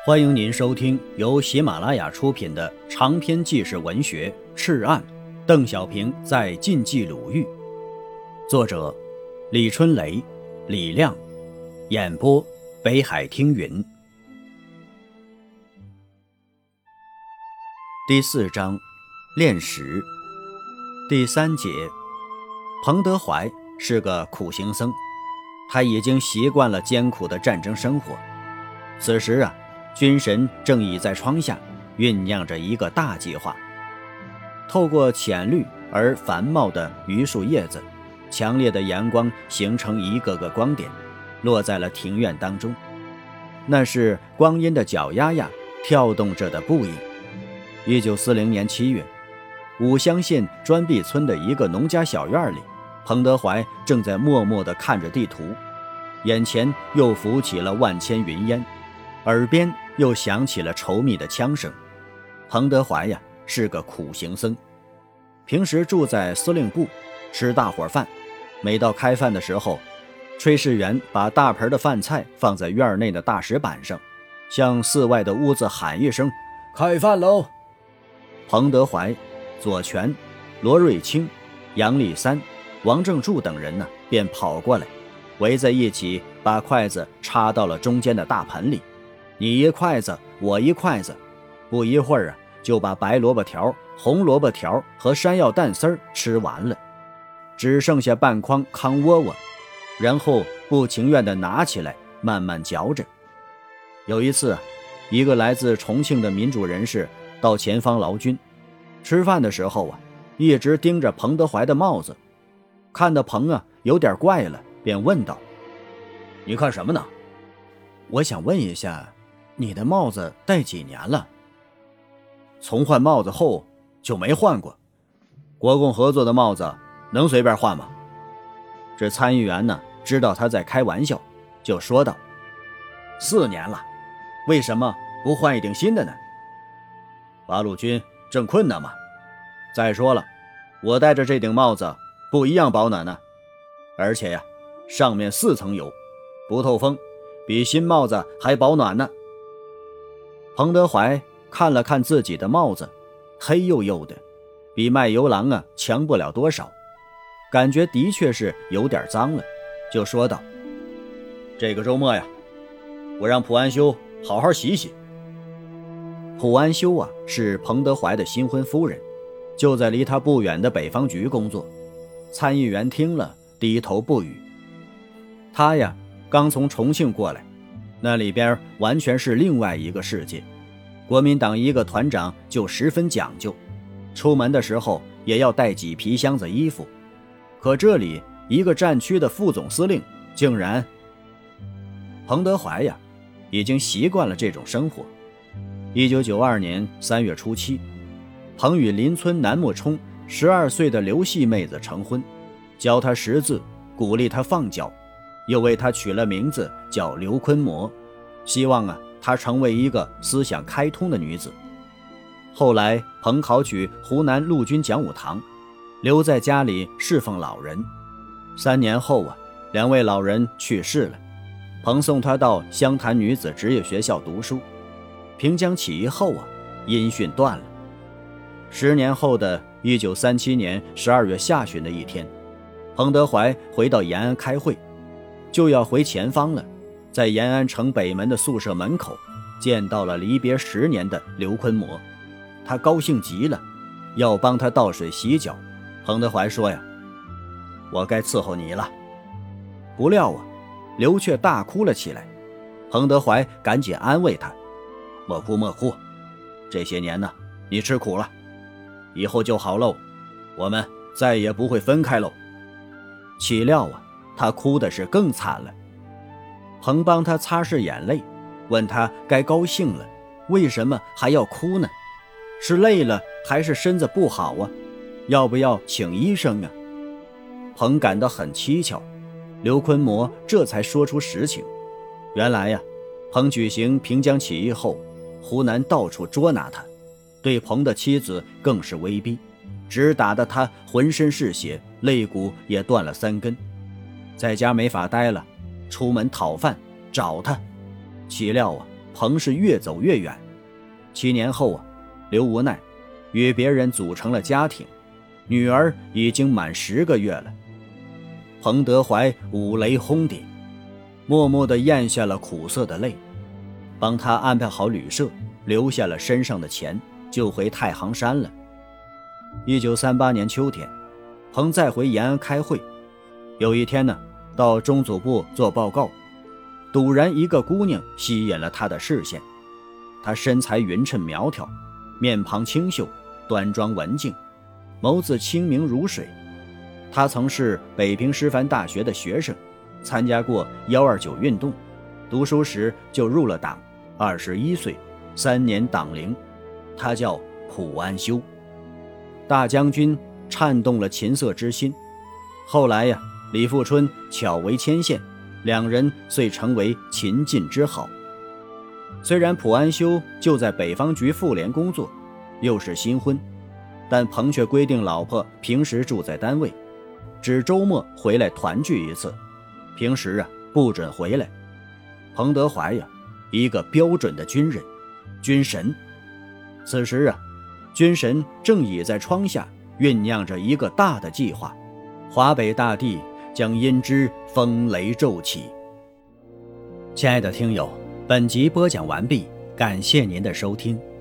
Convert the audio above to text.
欢迎您收听由喜马拉雅出品的长篇纪实文学《赤案》，邓小平在晋冀鲁豫。作者李春雷、李亮，演播北海听云。第4章炼石。第3节。彭德怀是个苦行僧，他已经习惯了艰苦的战争生活。此时军神正倚在窗下酝酿着一个大计划。透过浅绿而繁茂的榆树叶子，强烈的阳光形成一个个光点，落在了庭院当中。那是光阴的脚丫丫跳动着的步影。1940年7月，武乡县砖壁村的一个农家小院里，彭德怀正在默默地看着地图，眼前又浮起了万千云烟，耳边又响起了稠密的枪声。彭德怀是个苦行僧，平时住在司令部，吃大伙饭。每到开饭的时候，炊事员把大盆的饭菜放在院内的大石板上，向寺外的屋子喊一声：“开饭喽！”彭德怀、左权、罗瑞卿、杨立三、王正柱等人便跑过来，围在一起，把筷子插到了中间的大盆里。你一筷子，我一筷子，不一会儿就把白萝卜条、红萝卜条和山药蛋丝吃完了，只剩下半筐糠窝窝，然后不情愿地拿起来慢慢嚼着。有一次，一个来自重庆的民主人士到前方劳军，吃饭的时候一直盯着彭德怀的帽子，看得彭有点怪了，便问道：“你看什么呢？”“我想问一下，你的帽子戴几年了？”“从换帽子后就没换过，国共合作的帽子能随便换吗？”这参议员知道他在开玩笑，就说道：“4年了，为什么不换一顶新的呢？”“八路军正困难嘛。再说了，我戴着这顶帽子不一样保暖呢，而且上面4层油，不透风，比新帽子还保暖呢。”彭德怀看了看自己的帽子，黑黝黝的，比卖油郎强不了多少，感觉的确是有点脏了，就说道：“这个周末我让普安修好好洗洗。”普安修是彭德怀的新婚夫人，就在离他不远的北方局工作。参议员听了低头不语。他刚从重庆过来，那里边完全是另外一个世界。国民党一个团长就十分讲究，出门的时候也要带几皮箱子衣服。可这里一个战区的副总司令竟然……彭德怀已经习惯了这种生活。1992年3月初7，彭与邻村南木冲12岁的刘系妹子成婚，教她识字，鼓励她放脚，又为她取了名字叫刘坤模，希望她成为一个思想开通的女子。后来彭考取湖南陆军讲武堂，留在家里侍奉老人。3年后2位老人去世了，彭送她到湘潭女子职业学校读书。平江起义后音讯断了。10年后的1937年12月下旬的一天，彭德怀回到延安开会，就要回前方了。在延安城北门的宿舍门口，见到了离别10年的刘坤模，他高兴极了，要帮他倒水洗脚。彭德怀说：“我该伺候你了。”不料刘却大哭了起来。彭德怀赶紧安慰他：“莫哭莫哭，这些年你吃苦了，以后就好喽，我们再也不会分开喽。”岂料他哭的是更惨了。彭帮他擦拭眼泪，问他该高兴了，为什么还要哭呢？是累了还是身子不好要不要请医生彭感到很蹊跷，刘坤模这才说出实情。原来彭举行平江起义后，湖南到处捉拿他，对彭的妻子更是威逼，直打得他浑身是血，肋骨也断了3根。在家没法待了，出门讨饭找他，岂料彭是越走越远。7年后刘无奈与别人组成了家庭，女儿已经满10个月了。彭德怀五雷轰顶，默默地咽下了苦涩的泪，帮他安排好旅社，留下了身上的钱，就回太行山了。1938年秋天，彭再回延安开会，有一天到中组部做报告，陡然一个姑娘吸引了他的视线。她身材匀称苗条，面庞清秀，端庄文静，眸子清明如水。她曾是北平师范大学的学生，参加过129运动，读书时就入了党，21岁，3年党龄。她叫蒲安修。大将军颤动了琴瑟之心。后来李富春巧为牵线，两人遂成为秦晋之好。虽然蒲安修就在北方局妇联工作，又是新婚，但彭却规定老婆平时住在单位，只周末回来团聚一次，平时不准回来。彭德怀一个标准的军人，军神。此时军神正倚在窗下酝酿着一个大的计划，华北大地将因之风雷骤起。亲爱的听友，本集播讲完毕，感谢您的收听。